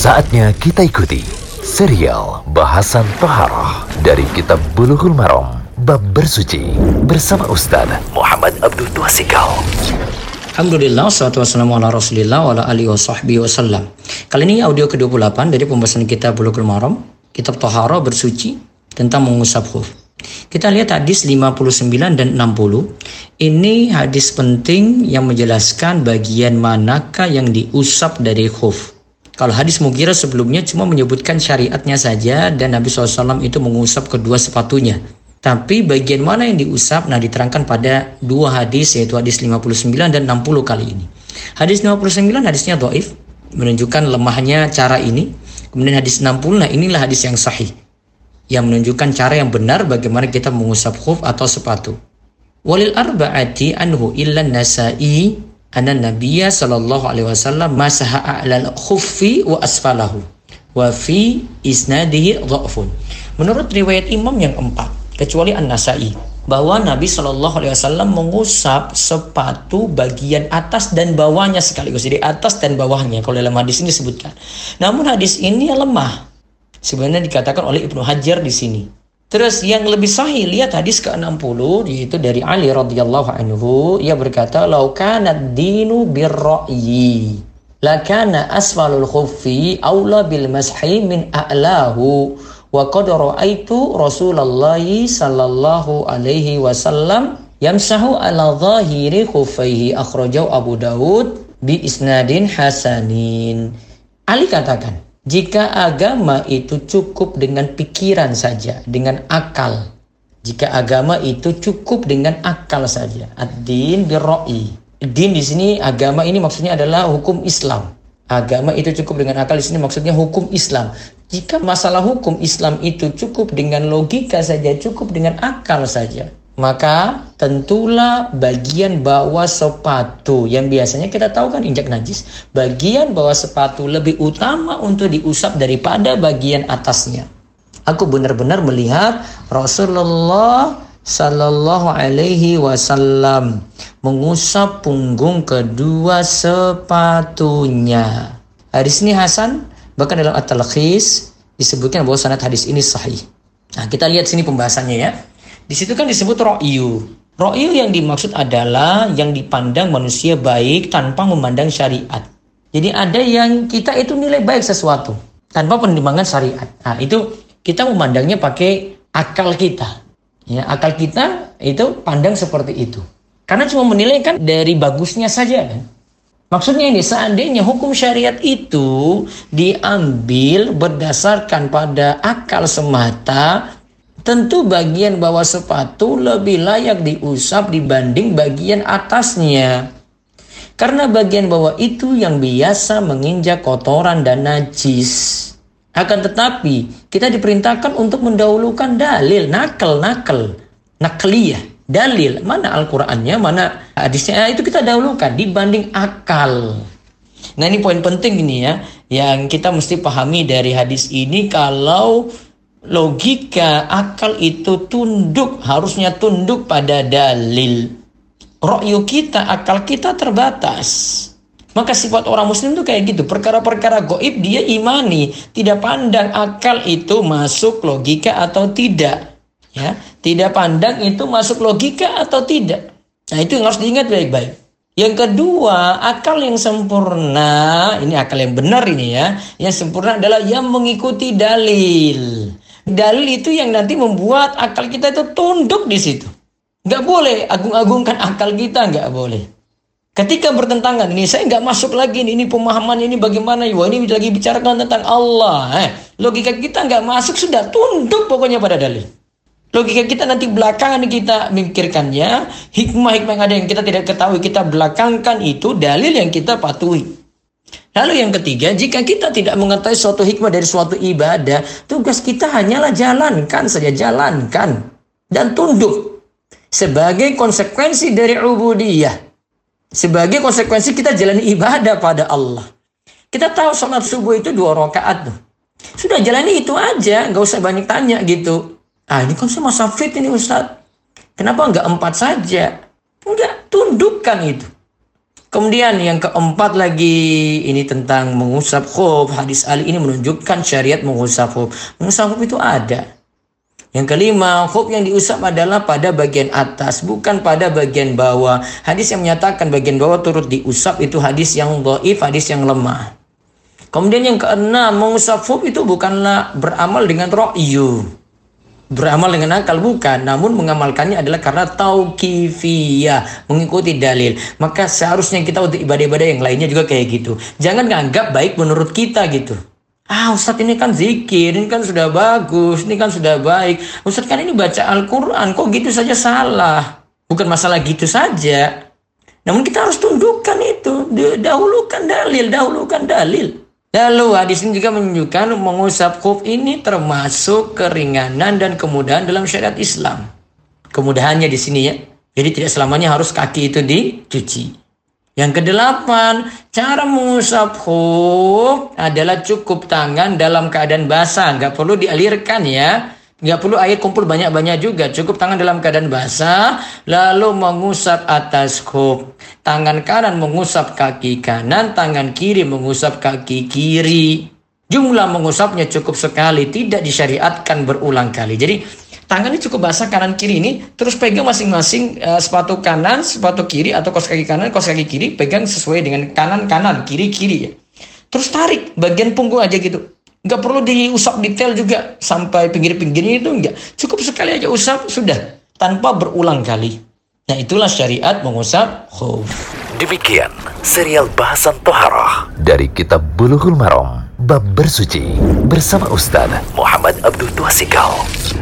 Saatnya kita ikuti serial bahasan Toharoh dari Kitab Bulughul Maram Bab Bersuci bersama Ustaz Muhammad Abdul Twasikal. Alhamdulillah, wassalatu wassalamu ala rasulillah wa ala alihi wa sahbihi wasallam. Kali ini audio ke-28 dari pembahasan Kitab Bulughul Maram, Kitab Toharoh Bersuci tentang mengusap khuf. Kita lihat hadis 59 dan 60. Ini hadis penting yang menjelaskan bagian manakah yang diusap dari khuf. Kalau hadis Mughirah sebelumnya cuma menyebutkan syariatnya saja dan Nabi SAW itu mengusap kedua sepatunya. Tapi bagian mana yang diusap, diterangkan pada dua hadis, yaitu hadis 59 dan 60 kali ini. Hadis 59 hadisnya dhaif, menunjukkan lemahnya cara ini. Kemudian hadis 60, inilah hadis yang sahih, yang menunjukkan cara yang benar bagaimana kita mengusap khuf atau sepatu. Walil arba'ati anhu illa Nasa'i anna Nabiyya sallallahu alaihi wasallam masaha a'lal khuffi wa asfalahu wa fi isnadihi dha'fun. Menurut riwayat imam yang empat, kecuali An-Nasa'i, bahwa Nabi sallallahu alaihi wasallam mengusap sepatu bagian atas dan bawahnya sekaligus. Jadi atas dan bawahnya kalau dalam hadis ini disebutkan. Namun hadis ini lemah, sebenarnya dikatakan oleh Ibnu Hajar di sini. Terus yang lebih sahih, lihat hadis ke-60, yaitu dari Ali radhiyallahu anhu. Ia berkata, "Lau kana ad-dinu bir-ra'yi, la kana asfalul khuffi aula bil mashi min a'lahu, wa qad ra'aitu Rasulullah sallallahu alaihi wasallam yamsahu ala dhahiri khuffaihi." Akhrajahu Abu Daud bi isnadin hasanin. Ali katakan, jika agama itu cukup dengan pikiran saja, dengan akal. Jika agama itu cukup dengan akal saja. Ad-din bir-ra'yi. Din di sini, agama ini maksudnya adalah hukum Islam. Agama itu cukup dengan akal, di sini maksudnya hukum Islam. Jika masalah hukum Islam itu cukup dengan logika saja, cukup dengan akal saja, maka tentulah bagian bawah sepatu yang biasanya kita tahu kan injak najis, bagian bawah sepatu lebih utama untuk diusap daripada bagian atasnya. Aku benar-benar melihat Rasulullah sallallahu alaihi wasallam mengusap punggung kedua sepatunya. Hadis ini hasan, bahkan dalam At-Talkhis disebutkan bahwa sanad hadis ini sahih. Nah, kita lihat sini pembahasannya ya. Di situ kan disebut ro'yu. Ro'yu yang dimaksud adalah yang dipandang manusia baik tanpa memandang syariat. Jadi ada yang kita itu nilai baik sesuatu tanpa pertimbangan syariat. Nah, itu kita memandangnya pakai akal kita. Ya, akal kita itu pandang seperti itu. Karena cuma menilai kan dari bagusnya saja kan. Maksudnya ini, seandainya hukum syariat itu diambil berdasarkan pada akal semata, tentu bagian bawah sepatu lebih layak diusap dibanding bagian atasnya. Karena bagian bawah itu yang biasa menginjak kotoran dan najis. Akan tetapi, kita diperintahkan untuk mendahulukan dalil, nakliyah, dalil. Mana Al-Qur'annya, mana hadisnya, itu kita dahulukan dibanding akal. Nah, ini poin penting ini ya, yang kita mesti pahami dari hadis ini. Kalau logika akal itu harusnya tunduk pada dalil. Ro'yu kita, akal kita terbatas. Maka sifat orang muslim itu kayak gitu. Perkara-perkara gaib dia imani, tidak pandang akal itu masuk logika atau tidak. Ya, tidak pandang itu masuk logika atau tidak. Nah, itu yang harus diingat baik-baik. Yang kedua, akal yang sempurna, ini akal yang benar ini ya. Yang sempurna adalah yang mengikuti dalil. Dalil itu yang nanti membuat akal kita itu tunduk di situ. Nggak boleh agung-agungkan akal kita, nggak boleh. Ketika bertentangan, ini saya nggak masuk lagi, ini pemahaman ini bagaimana? Wah, ini lagi bicarakan tentang Allah. Logika kita nggak masuk, sudah tunduk pokoknya pada dalil. Logika kita nanti belakangan kita memikirkannya, hikmah-hikmah yang ada yang kita tidak ketahui, kita belakangkan itu dalil yang kita patuhi. Lalu yang ketiga, jika kita tidak mengetahui suatu hikmah dari suatu ibadah, tugas kita hanyalah jalankan saja, jalankan dan tunduk sebagai konsekuensi dari ubudiyah. Sebagai konsekuensi kita jalani ibadah pada Allah. Kita tahu sholat subuh itu 2 rakaat tuh. Sudah jalani itu aja, nggak usah banyak tanya gitu. Ini kan saya masa fit ini Ustaz. Kenapa nggak 4 saja? Enggak, tundukkan itu. Kemudian yang keempat lagi, ini tentang mengusap khuf. Hadis Ali ini menunjukkan syariat mengusap khuf. Mengusap khuf itu ada. Yang kelima, khuf yang diusap adalah pada bagian atas, bukan pada bagian bawah. Hadis yang menyatakan bagian bawah turut diusap itu hadis yang dhaif, hadis yang lemah. Kemudian yang keenam, mengusap khuf itu bukanlah beramal dengan ra'yu, beramal dengan akal, bukan, namun mengamalkannya adalah karena tauqifiyah, mengikuti dalil. Maka seharusnya kita untuk ibadah-ibadah yang lainnya juga kayak gitu. Jangan nganggap baik menurut kita gitu. Ustadz ini kan zikir, ini kan sudah bagus, ini kan sudah baik. Ustadz kan ini baca Al-Quran, kok gitu saja salah? Bukan masalah gitu saja. Namun kita harus tundukkan itu, dahulukan dalil. Lalu hadis ini juga menunjukkan mengusap khuf ini termasuk keringanan dan kemudahan dalam syariat Islam. Kemudahannya di sini ya. Jadi tidak selamanya harus kaki itu dicuci. Yang kedelapan, cara mengusap khuf adalah cukup tangan dalam keadaan basah. Nggak perlu dialirkan ya. Nggak perlu air kumpul banyak-banyak juga. Cukup tangan dalam keadaan basah. Lalu mengusap atas khuf. Tangan kanan mengusap kaki kanan. Tangan kiri mengusap kaki kiri. Jumlah mengusapnya cukup sekali. Tidak disyariatkan berulang kali. Jadi tangannya cukup basah kanan kiri ini. Terus pegang masing-masing sepatu kanan, sepatu kiri. Atau kaos kaki kanan, kaos kaki kiri. Pegang sesuai dengan kanan-kanan, kiri-kiri ya. Terus tarik bagian punggung aja gitu. Nggak perlu diusap detail juga sampai pinggir-pinggirnya itu enggak. Cukup sekali aja usap, sudah. Tanpa berulang kali. Nah itulah syariat mengusap khuf. Demikian serial bahasan Toharoh dari kitab Bulughul Maram, bab bersuci bersama Ustaz Muhammad Abdul Twasikal.